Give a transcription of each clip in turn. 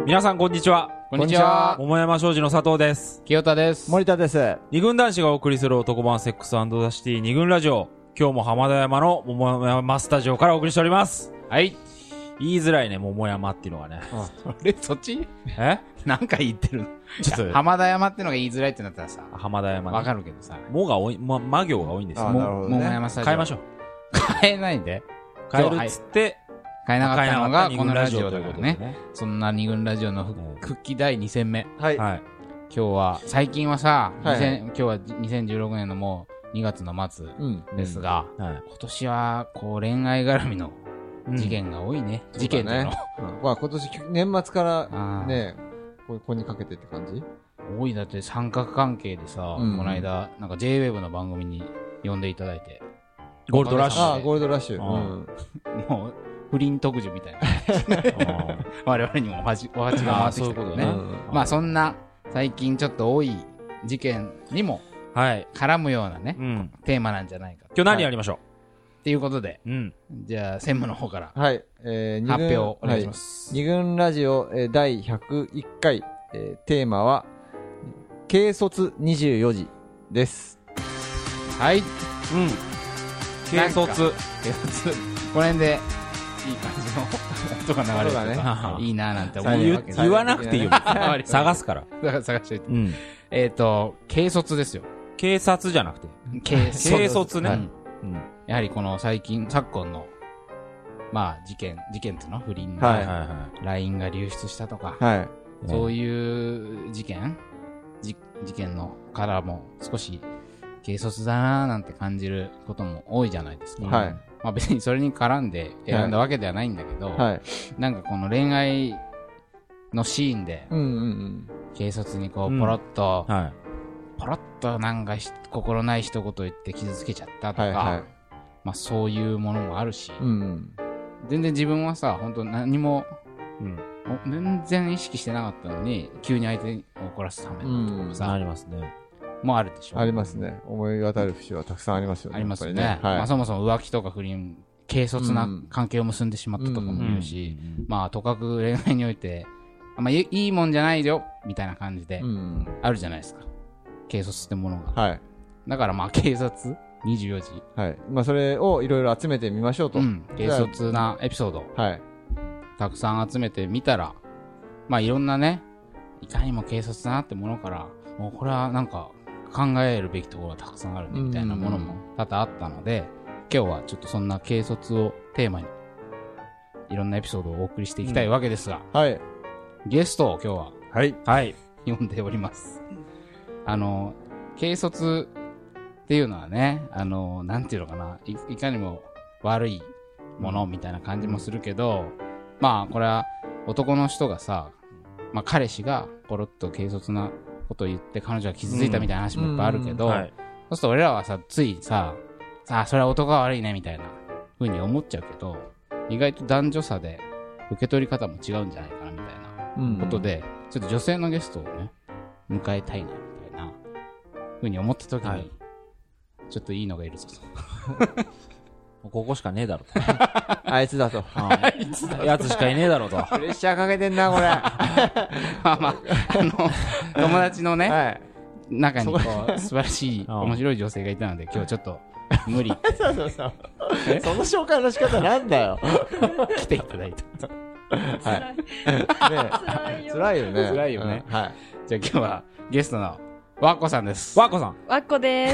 皆さんこんにちは。 こんにちは。 桃山商事の佐藤です。 清田です。 森田です。 二軍男子がお送りする男版セックス&ザシティ二軍ラジオ。今日も浜田山の桃山スタジオからお送りしております。 はい。 言いづらいね、桃山っていうのがね。 そっちえなんか言ってるのちょっと。 浜田山ってのが言いづらいってなったらさ。 浜田山ね。 わかるけどさ。 もが多い、魔行が多いんですよ。 なるほどね。 桃山スタジオ。 変えましょう。 変えないで。 変えるっつって、 変えなかったのがこのラジオというだからね。そんな二軍ラジオの復帰第2戦目。 はい。 はい。 今日は、最近はさ、 はい今日は2016年のもう2月の末ですが、 はい。 今年はこう恋愛絡みの事件が多いね。事件っていうの。 まあ今年年末からあーね、ここにかけてって感じ？ 多い。だって三角関係でさ、この間、なんか J-Wave の番組に呼んでいただいて。 ゴールドラッシュ。 ああ、ゴールドラッシュ。 もう、不倫特需みたいな。我々にもお鉢が回ってきたけどね。まあそんな、最近ちょっと多い事件にも、 はい。 絡むようなね、テーマなんじゃないか。 今日何やりましょう？ っていうことで、じゃあ専務の方からはい。 発表お願いします。 二軍ラジオ第101回、テーマは、軽率24時です。 はい。 軽率。 この辺で、いい感じの音が流れてるから、いいなぁなんて思うわけです。 言わなくていいよ。探すから。 探しといて。軽率ですよ。 警察じゃなくて。 軽率ね。 やはりこの昨今の、まあ事件っていうの不倫の、LINE が流出したとか、そういう事件のからも少し軽率だなーなんて感じることも多いじゃないですか。まあ別にそれに絡んで選んだわけではないんだけど、なんかこの恋愛のシーンで、軽率にこうポロッとなんか心ない一言言って傷つけちゃったとか、まあそういうものもあるし、全然自分はさ、本当何も、全然意識してなかったのに、急に相手に怒らすためにとかさ、 ありますね。 もあるでしょ。 ありますね。思い当たる節はたくさんありますよね。 ありますね。まあそもそも浮気とか不倫、軽率な関係を結んでしまったとかも言うし、まあとかく恋愛において、まあいいもんじゃないよ、みたいな感じで、あるじゃないですか。軽率ってものが。だからまあ警察24時。 まあそれをいろいろ集めてみましょうと。 軽率なエピソード。たくさん集めてみたら、まあいろんなね、いかにも軽率だなってものから、もうこれはなんか考えるべきところがたくさんあるねみたいなものも多々あったので、今日はちょっとそんな軽率をテーマに、いろんなエピソードをお送りしていきたいわけですが、ゲストを今日は、呼んでおります。軽率っていうのはね、なんていうのかな、いかにも悪いものみたいな感じもするけど、まあこれは男の人がさ、まあ彼氏がポロッと軽率なことを言って彼女が傷ついたみたいな話もいっぱいあるけど、そうすると俺らはさ、ついさ、それは男が悪いねみたいな風に思っちゃうけど、意外と男女差で受け取り方も違うんじゃないかなみたいなことで、ちょっと女性のゲストをね、迎えたいなみたいな風に思った時に、ちょっといいのがいるぞと。 ここしかねえだろと。 あいつだと。 やつしかいねえだろと。 プレッシャーかけてんな、これ。 まあ、友達のね、中にこう、素晴らしい、面白い女性がいたので、今日ちょっと、無理。 その紹介の仕方なんだよ。 来ていただいた。 辛いよね。 辛いよね。じゃあ今日は、ゲストの、わっこさんです。 わっこさん。 わっこです。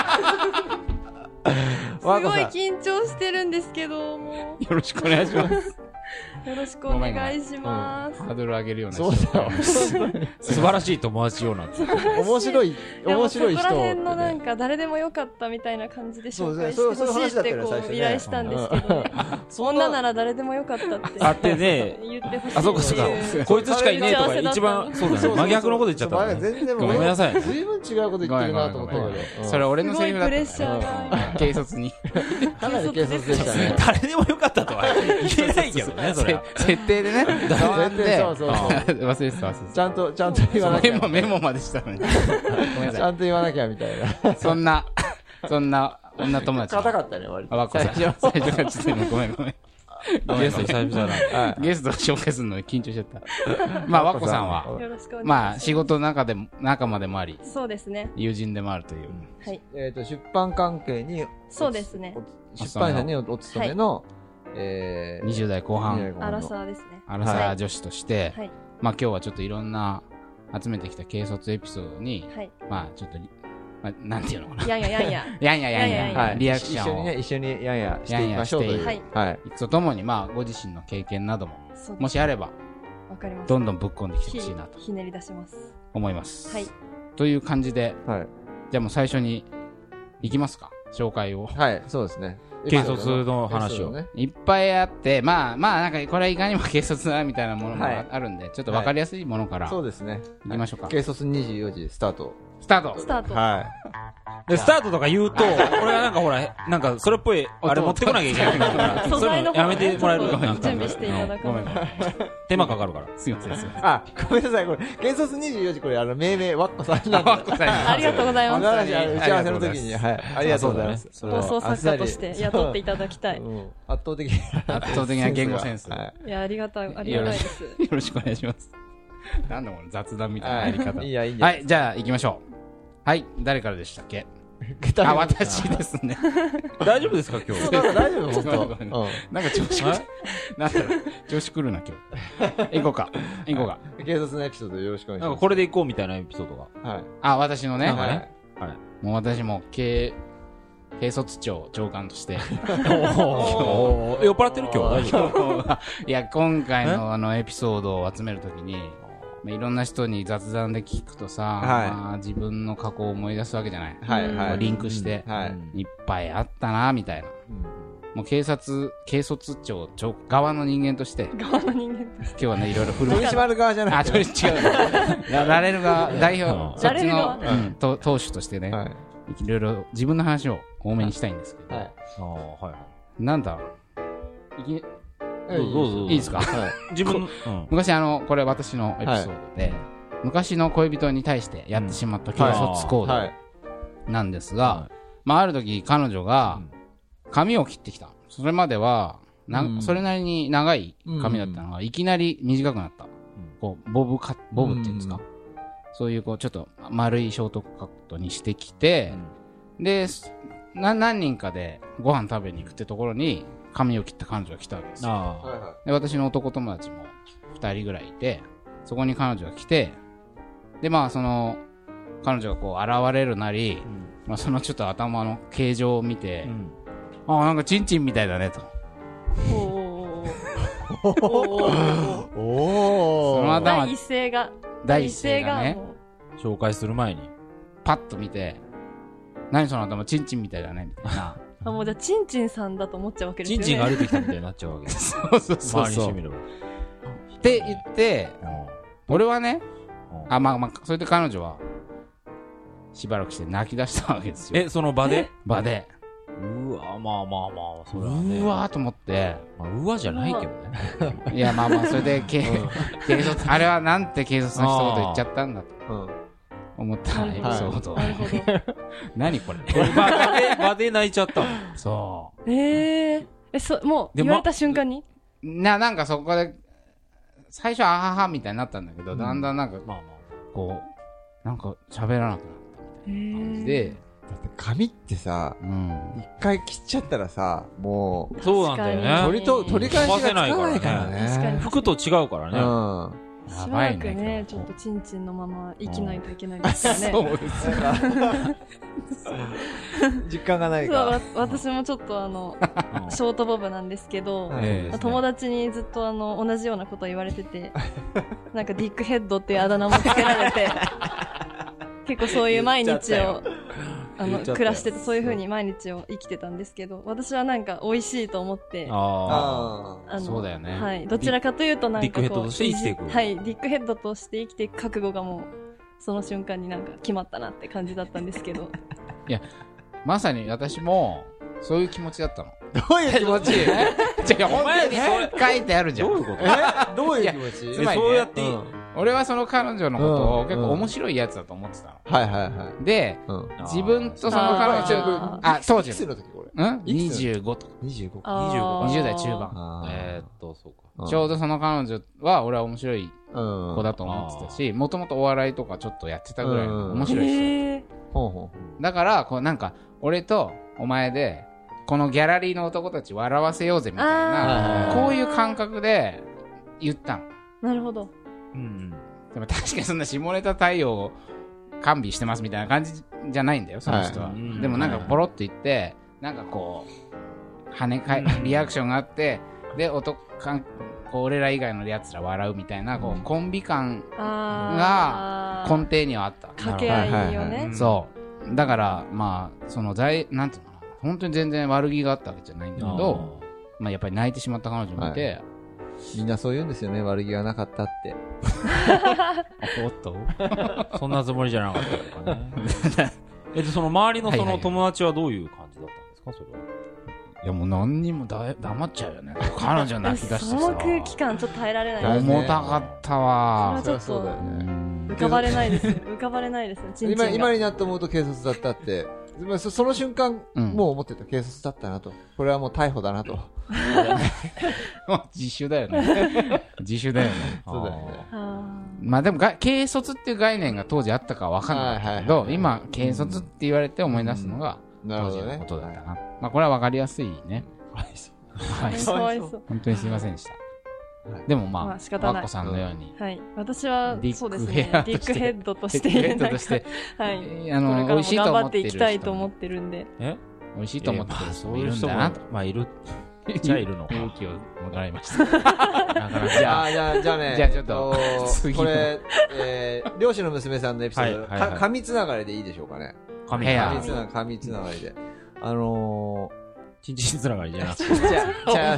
すごい緊張してるんですけど、もう。 よろしくお願いします。 よろしくお願いします。 ハードル上げるような。 そうだよ。 素晴らしい友達よなんて。 面白い人。 そこら辺のなんか誰でもよかったみたいな感じで紹介してほしいってこう依頼したんですけどね。女なら誰でもよかったって。 あってね。 言ってほしい。 あ、そうかそうか。こいつしかいねえとか一番、そうだね。真逆のこと言っちゃった。ごめんなさい。 随分違うこと言ってるなと思ったけど。 それ俺のセリフだった。 プレッシャーが。 軽率に。 かなり軽率でしたね。 誰でもよかったとは言えないけどね、それ。 設定でね。 そう。 忘れてた。 ちゃんと言わなきゃ。 メモまでしたのに。ごめんなさい。 ちゃんと言わなきゃみたいな。 そんな女友達。 硬かったね、割と。 わっこさん。最初からちょっとごめん。 ゲスト久々だ。 ゲストを紹介するのに緊張しちゃった。まあ、ワッコさんは、 よろしくお願いします。 まあ、仕事の中でも、仲間でもあり、 そうですね。 友人でもあるという。 はい。 出版関係に、 そうですね。 出版社にお勤めの、 20代後半。 アラサーですね。 アラサー女子として、まあ今日はちょっといろんな集めてきた軽率エピソードに、まあちょっと、なんていうのかな。 やんや。 リアクションを。 一緒にやんやしていきましょうという。 はい。とともに、まあご自身の経験なども、もしあれば、どんどんぶっ込んできてほしいなと。 ひねり出します。 思います。 はい。 という感じで、じゃあもう最初に行きますか。紹介を。 はい、そうですね。 軽率の話を。 いっぱいあって、まあ、なんかこれはいかにも軽率だみたいなものもあるんで、ちょっとわかりやすいものから。 そうですね。 行きましょうか。 軽率24時スタート。 スタート。 はい。 で、スタートとか言うと、俺はなんかほら、なんかそれっぽい、あれ持ってこなきゃいけないから、 素材の方やめてもらえるか準備していただく。ごめん。 手間かかるから。 すいません。 あ、ごめんなさい、これ、軽率24時これ、命名、ワッコさんなんで。 ありがとうございます。 打ち合わせの時に、はい。ありがとうございます。 放送作家として雇っていただきたい。 圧倒的な言語センス。 いや、ありがたいです。 よろしくお願いします。なんだこの雑談みたいなやり方。 いいや。 はい、じゃあ行きましょう。はい、誰からでしたっけ？私ですね。 大丈夫ですか今日？ 大丈夫本当。 なんか調子なんだろう、調子来るな今日。行こうか。 軽率なエピソードよろしくお願いします。 なんかこれで行こうみたいなエピソードが。 はい。 あ、私のね。 はい。 もう私も軽率長官として。 酔っ払ってる今日大丈夫？ いや、今回のエピソードを集めるときに、いろんな人に雑談で聞くとさ、自分の過去を思い出すわけじゃない。 はい。 リンクして、いっぱいあったな、みたいな。もう軽率庁側の人間として。 側の人間として。 今日はね、いろいろ取り締まる側じゃない。 違う。ラレル側、代表、そっちの党首としてね、いろいろ自分の話を多めにしたいんですけど。なんだどうぞ。 いいですか？ 自分、 昔これ私のエピソードで、昔の恋人に対してやってしまった軽率行動なんですが、まあある時彼女が髪を切ってきた。それまでは、それなりに長い髪だったのが、いきなり短くなった。こう、ボブっていうんですか？そういうちょっと丸いショートカットにしてきて、で、何人かでご飯食べに行くってところに、髪を切った彼女が来たわけですよ。で、私の男友達も2人ぐらいいて、そこに彼女が来て、で、まあ、彼女がこう現れるなり、まあ、そのちょっと頭の形状を見て、なんかチンチンみたいだねと。その頭、第一声がね、 紹介する前に、 パッと見て、何その頭、チンチンみたいだね、みたいな。 もうじゃあ、チンチンさんだと思っちゃうわけですよね。 チンチンが歩いてきたみたいになっちゃうわけです。 そう。周りにしてみれば。って言って、俺はね、まあ、それで彼女は、しばらくして泣き出したわけですよ。 その場で？ 場で。 うわ、まあ、それはね。 うわーと思って。 うわじゃないけどね。 いや、まあ、それで、あれはなんて軽率な一言言っちゃったんだと。思ったエピソード。 なるほど。 何これ。 場で泣いちゃったの。 そう。 もう言われた瞬間になんかそこで、最初あははみたいになったんだけど、だんだんなんか、こう、なんか喋らなくなったみたいな感じで。 だって髪ってさ、一回切っちゃったらさ、もう。 そうなんだよね。 取り返しがつかないからね。 服と違うからね。 しばらくね、ちょっとチンチンのまま生きないといけないですよね。 そうですよ。 実感がないか。 私もちょっとショートボブなんですけど、友達にずっと同じようなこと言われてて、なんかディックヘッドっていうあだ名もつけられて、結構そういう毎日を暮らしてて、そういう風に毎日を生きてたんですけど、私はなんか美味しいと思って、 そうだよね。 はい。どちらかというとなんかこう、 ディックヘッドとして生きていく。 はい。ディックヘッドとして生きていく覚悟がもう、その瞬間になんか決まったなって感じだったんですけど。 いや、まさに私も、そういう気持ちだったの。 どういう気持ち？ じゃあ、ほんまに書いてあるじゃん。 どういうこと？ どういう気持ち？ そうやって、 俺はその彼女のことを結構面白いやつだと思ってたの。 はいはいはい。 で、自分とその彼女、当時。 いつの時これ 25とか。 25か。 20代中盤。 そうか。 ちょうどその彼女は俺は面白い子だと思ってたし、もともとお笑いとかちょっとやってたぐらいの面白い人。だから、こうなんか、俺とお前で、このギャラリーの男たち笑わせようぜみたいな、こういう感覚で言ったの。 なるほど。 でも確かにそんな下ネタ対応完備してますみたいな感じじゃないんだよ、その人は。でもなんかポロッと言って、なんかこう、リアクションがあって、で、俺ら以外の奴ら笑うみたいな、こう、コンビ感が根底にはあった。 掛け合いよね。 そう。だから、まあ、そのなんていうのかな、本当に全然悪気があったわけじゃないんだけど、まあやっぱり泣いてしまった彼女を見て、 みんなそう言うんですよね、悪気がなかったって。 おっとそんなつもりじゃなかったとかね。その周りのその友達はどういう感じだったんですか、それは。 いやもう何にも黙っちゃうよね。彼女泣き出してさ。 その空気感ちょっと耐えられない。 重たかったわ。 それはちょっと浮かばれないですよ。浮かばれないですよ。 今になって思うと軽率だったって。その瞬間、もう思ってた。軽率だったなと。これはもう逮捕だなと。 自首だよね。自首だよね。 そうだよね。 まあでも、軽率っていう概念が当時あったかは分かんないけど、今、軽率って言われて思い出すのが、当時のことだったな。まあこれは分かりやすいね。 かわいそう。 本当にすいませんでした。でもまあ、 仕方ない。 マコさんのように。 はい。私は、そうですね。ディックヘッドとして、はい。美味しいと思ってる。頑張っていきたいと思ってるんで。 美味しいと思ってる人もいるんだなと。 まあ、いる。じゃあいるのか。 勇気をもらいました。 じゃあね。 じゃあちょっと、 これ、漁師の娘さんのエピソード、紙つながりでいいでしょうかね。紙つながりで。 ちんちんつながりじゃなくて。 じゃあ、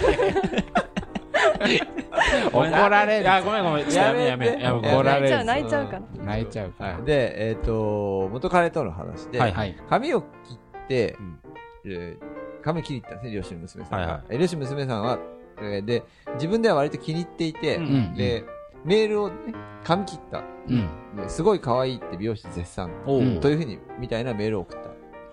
怒られる。 ごめん。やめ。 怒られる。 泣いちゃうから。 泣いちゃうから。 で、元彼との話で、髪を切って、髪切り行ったんですね、漁師の娘さんが。漁師の娘さんは、で、自分では割と気に入っていて、で、メールをね、髪切った。すごい可愛いって美容師絶賛。というふうに、みたいなメールを送った。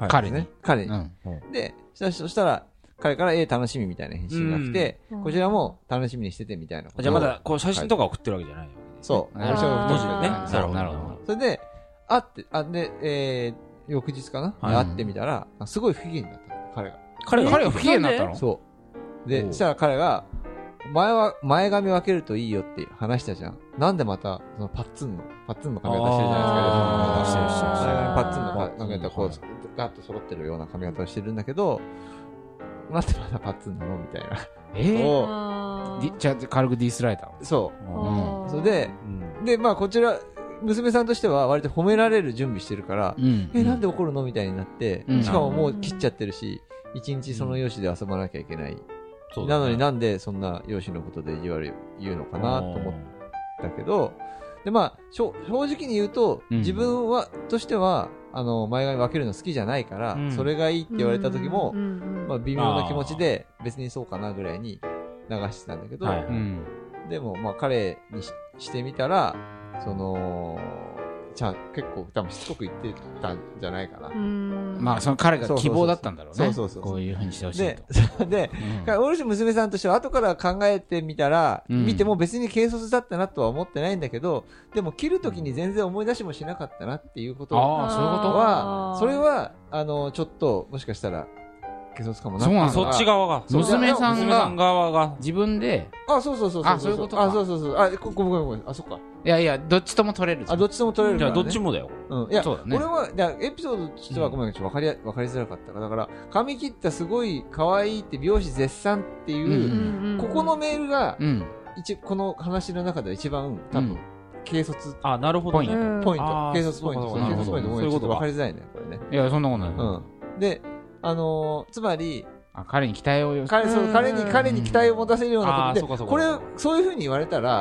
彼に。 で、そしたら、彼から楽しみみたいな返信が来て、こちらも楽しみにしててみたいな。 じゃあまだ、こう写真とか送ってるわけじゃないよ。 そう。 文字でね。 なるほど。 それで、会って、で、翌日かな会ってみたら、すごい不機嫌になった。彼が不機嫌になったの？ そう。で、そしたら彼が、前髪分けるといいよって話したじゃん。なんでまた、そのパッツンの髪型してるじゃないですか。パッツンの髪型こう、ガッと揃ってるような髪型をしてるんだけど、なんでまだパッツンなのみたいな。 じゃあ軽くディスられたの？ そう。それで、まあこちら、娘さんとしては割と褒められる準備してるから、なんで怒るのみたいになって、しかももう切っちゃってるし、一日その容姿で遊ばなきゃいけない。なのになんでそんな容姿のことで意地悪言うのかなと思ったけど、でまあ、正直に言うと、自分としては、前髪分けるの好きじゃないから、それがいいって言われた時も、まあ微妙な気持ちで別にそうかなぐらいに流してたんだけど、でもまあ彼にしてみたら、結構多分しつこく言ってたんじゃないかな。 まあその彼が希望だったんだろうね。そうこういう風にしてほしいと。 で、俺娘さんとしては後から考えてみたら、見ても別に軽率だったなとは思ってないんだけど、でも切るときに全然思い出しもしなかったなっていうことは、それは、ちょっと、もしかしたら、軽率かもな。 そうなんだ。 そっち側が。 娘さん側が自分で。 そういうことか。ごめん。そっか。 いや、どっちとも取れる。 どっちとも取れる。 じゃあどっちもだよ。 いや、俺は、エピソードとしてはごめん、分かりづらかったから。だから、髪切ったすごい可愛いって美容師絶賛っていう、ここのメールが、この話の中では一番、多分、軽率。 なるほど。 ポイント。軽率ポイント。軽率ポイント。ちょっと分かりづらいね、これね。 いや、そんなことない。 で、つまり、 彼に期待を彼に期待を持たせるようなことで、これ、そういう風に言われたら、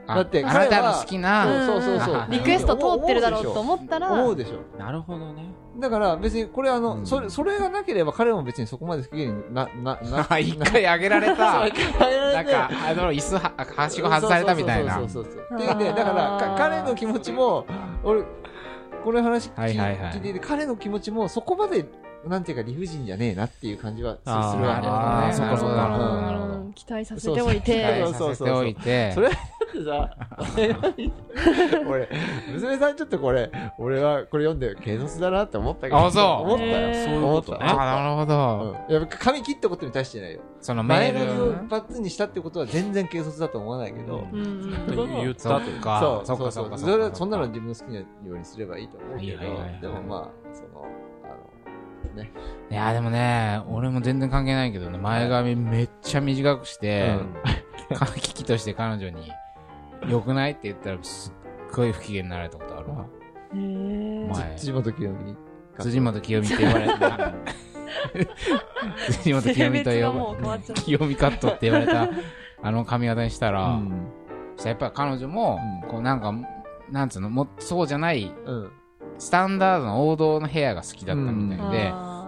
だってあなたの好きな、 そうそうそう。 リクエスト通ってるだろうと思ったら。 思うでしょ。 なるほどね。 だから別にこれそれがなければ彼も別にそこまで不機嫌に一回あげられた。なんか、椅子はしご外されたみたいな。 そう。で、だから彼の気持ちも、俺、この話聞いていて、彼の気持ちもそこまで、なんていうか理不尽じゃねえなっていう感じはするわけだね。 そっかそっか。なるほど。 期待させておいて。 それさ、俺、娘さんちょっと俺はこれ読んで軽率だなって思ったけど。 あ、そう。 思ったよ。 そういうことね。 なるほど。 やっぱ髪切ったことに対してないよ。 そのメール。 前髪をパッツンにしたってことは全然軽率だと思わないけど。 言ったというか。 そう。それはそんなの自分の好きなようにすればいいと思うけど。でもまあ、ね。 いやでもね、俺も全然関係ないけどね、前髪めっちゃ短くして、危機として彼女に、良くないって言ったらすっごい不機嫌になられたことあるわ。 前。辻本清美。 辻本清美って言われた。辻本清美と清美カットって言われた、髪型にしたら、やっぱり彼女も、こうなんか、なんつうの、そうじゃない、スタンダードの王道のヘアが好きだったみたいで、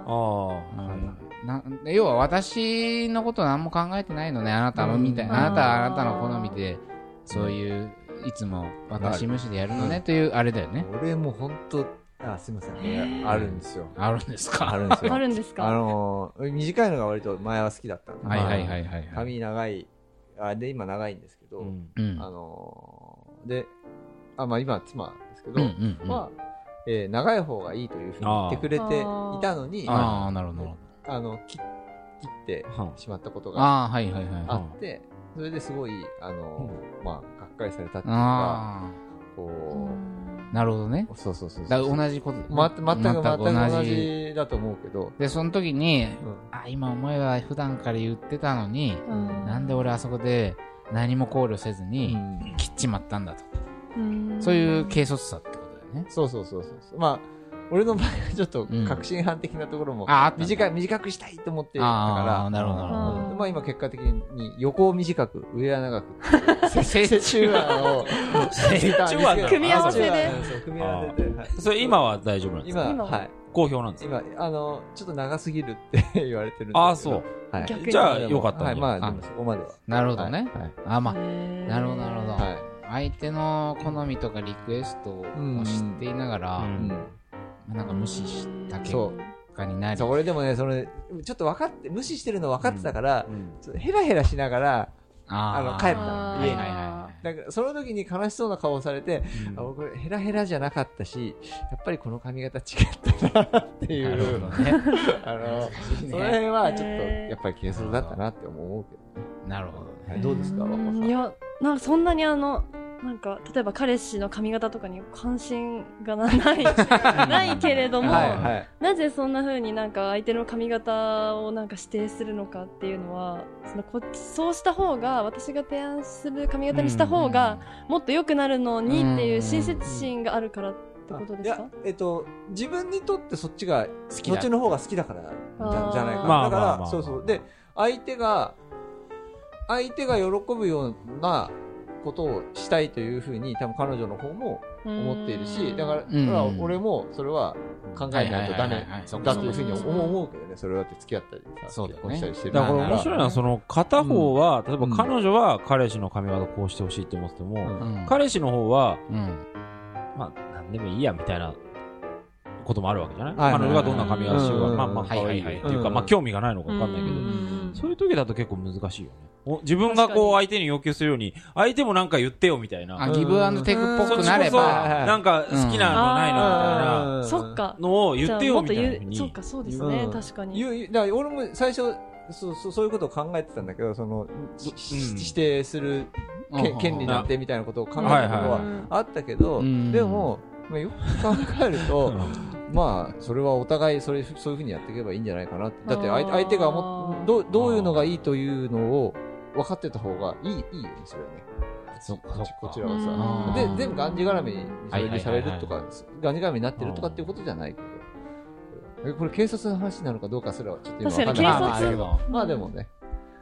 要は私のこと何も考えてないのね、あなたのみたいな、あなたの好みで、そういういつも私無視でやるのねというあれだよね。 俺も本当すみません、あるんですよ。 あるんですか。 あるんですか。 短いのが割と前は好きだったんで。 はい。 髪長いで今長いんですけど、でまあ今妻ですけど、まあ長い方がいいというふうに言ってくれていたのに、 なるほど。 切ってしまったことがあって、それですごいまあがっかりされたっていうか、こうなるほどね。 そう。 だ同じこと全く同じだと思うけど、 でその時に今思えば普段から言ってたのに、なんで俺あそこで何も考慮せずに切っちまったんだと、そういう軽率さってことだよね。 そう。まあ俺の場合はちょっと革新犯的なところも短くしたいと思ってたから、 なるほど。 まあ今結果的に横を短く上は長く折衷案を組み合わせでそれ今は大丈夫なんですか。 今はい好評なんですか。 今ちょっと長すぎるって言われてるんですけど。 ああそう。じゃあよかった。 はい、まあでもそこまでは。 なるほどね。まあなるほど。相手の好みとかリクエストを知っていながら、なんか無視した結果になり。 俺でもね、ちょっと無視してるの分かってたから、ヘラヘラしながら、帰った家に。だからその時に悲しそうな顔をされて、これヘラヘラじゃなかったし、やっぱりこの髪型違ったなっていう。その辺はちょっとやっぱり軽率だったなって思うけどね。 なるほど。 どうですか、若さん。 いや、なんかそんなになんか例えば彼氏の髪型とかに関心がないけれども、なぜそんな風になんか相手の髪型をなんか指定するのかっていうのは、そうした方が、私が提案する髪型にした方がもっと良くなるのにっていう親切心があるからってことですか。 自分にとってそっちの方が好きだからじゃないかな。だからそうで相手が喜ぶようなことをしたいというふうに多分彼女の方も思っているし、だから俺もそれは考えないとダメだというふうに思うけどね。それだって付き合ったりさ、結婚したりしてる。 だから面白いのは、その片方は例えば彼女は彼氏の髪型こうしてほしいって思っても、彼氏の方はまあ何でもいいやみたいなこともあるわけじゃない。彼女がどんな髪型しようがまあ可愛いっていうか、まあ興味がないのか分かんないけど、そういう時だと結構難しいよね。自分がこう相手に要求するように、相手もなんか言ってよみたいな。 ギブアンドテイクっぽくなれば、 なんか好きなのないのみたいなのを言ってよみたいな風に。 そっか、そうですね、確かに。 だから俺も最初そういうことを考えてたんだけど、指定する権利なんてみたいなことを考えたことはあったけど、でもよく考えると。まあそれはお互いそういう風にやっていけばいいんじゃないかなって。だって相手がどういうのがいいというのを分かってた方がいいよね、それはね。こちらはさ。で全部がんじがらめにそれでされるとか、がんじがらめになってるとかっていうことじゃないけど、これ警察の話なのかどうかすらはちょっと今分かんないけど、まあでもね、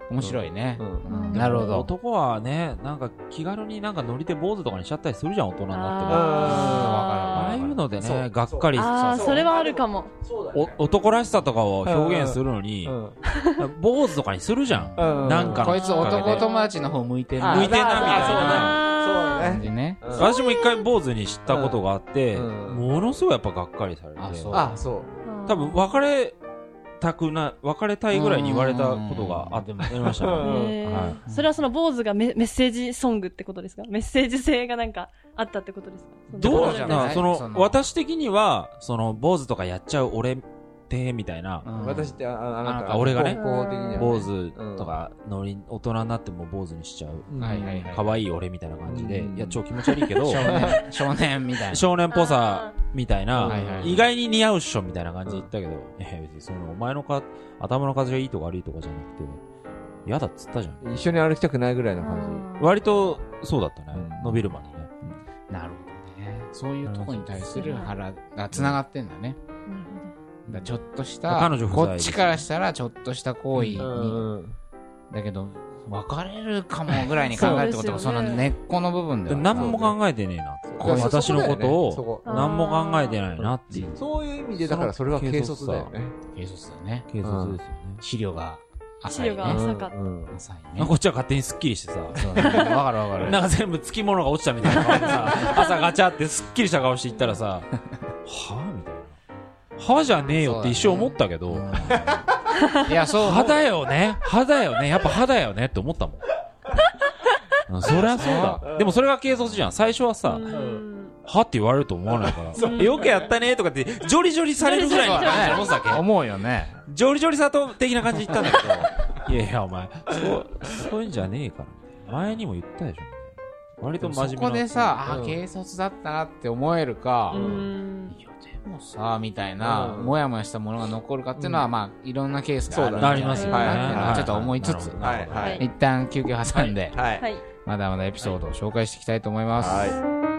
面白いね。なるほど。 男はね、なんか気軽になんかノリで坊主とかにしちゃったりするじゃん、大人になっても。ああいうのでね、がっかり。 それはあるかも。 男らしさとかを表現するのに、坊主とかにするじゃん。なんかこいつ男友達の方向いてる。 向いてんな、みたいな。 感じね。 私も一回坊主に知ったことがあって、ものすごいやっぱがっかりされて。多分別れたいぐらいに言われたことがありましたね。 それはその坊主がメッセージソングってことですか？メッセージ性がなんかあったってことですか？ どうじゃない？私的には、坊主とかやっちゃう俺ってみたいな、 私ってあなた俺がね、坊主とか大人になっても坊主にしちゃう可愛い俺みたいな感じで、いや超気持ち悪いけど少年みたいな、 少年っぽさみたいな、意外に似合うっしょみたいな感じで言ったけど、別にお前の頭の形がいいとか悪いとかじゃなくて嫌だっつったじゃん。 一緒に歩きたくないぐらいの感じ。割とそうだったね、伸びるまでね。 なるほどね。そういうとこに対する腹が繋がってんだね。ちょっとしたこっちからしたらちょっとした行為にだけど別れるかもぐらいに考えるってことがその根っこの部分で何も考えてねえな、私のことを何も考えてないなっていう、 そういう意味でだからそれは軽率だよね。 軽率だね。 軽率ですよね。 資料が浅いね。浅かった。 浅いね。 こっちは勝手にスッキリしてさ、わかるわかる。 なんか全部付き物が落ちたみたいな顔でさ、朝ガチャってスッキリした顔して行ったらさ、はぁみたいな。歯じゃねえよって一瞬思ったけど、 いや、そう。 歯だよね。やっぱ歯だよねって思ったもん。そりゃそうだ。でもそれが軽率じゃん。最初はさ、歯って言われると思わないから。よくやったねとかって、ジョリジョリされるぐらいの感じで思ったわけ。 思うよね。 ジョリジョリさと的な感じで言ったんだけど、いやいや、お前、そういうんじゃねえから。前にも言ったでしょ。割と真面目な。 そこでさ、軽率だったなって思えるか、でもさ、みたいな、もやもやしたものが残るかっていうのは、まあ、いろんなケースがあるんじゃないかな、ちょっと思いつつ、一旦休憩挟んで、まだまだエピソードを紹介していきたいと思います。